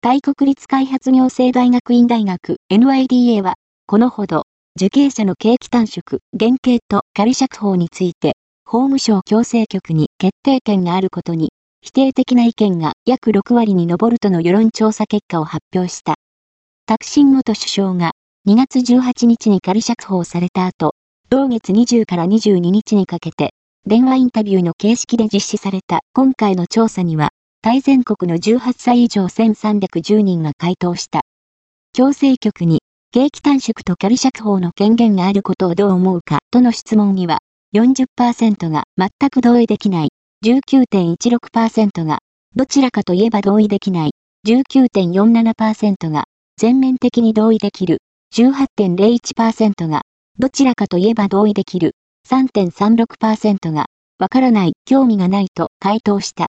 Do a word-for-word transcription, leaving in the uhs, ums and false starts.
タイ国立開発行政大学院大学 エヌアイディーエー は、このほど、受刑者の刑期短縮、減刑と仮釈放について、法務省矯正局に決定権があることに、否定的な意見が約ろくわりに上るとの世論調査結果を発表した。タクシン元首相がにがつじゅうはちにちに仮釈放された後、同月にじゅうからにじゅうににちにかけて、電話インタビューの形式で実施された今回の調査には、タイ全国のじゅうはっさい以上せんさんびゃくじゅうにんが回答した。矯正局に、刑期短縮と仮釈放の権限があることをどう思うかとの質問には、よんじゅっパーセント が全く同意できない、じゅうきゅうてんいちろくパーセント が、どちらかといえば同意できない、じゅうきゅうてんよんななパーセント が、全面的に同意できる、じゅうはちてんゼロいちパーセント が、どちらかといえば同意できる、さんてんさんろくパーセント が、わからない、興味がないと回答した。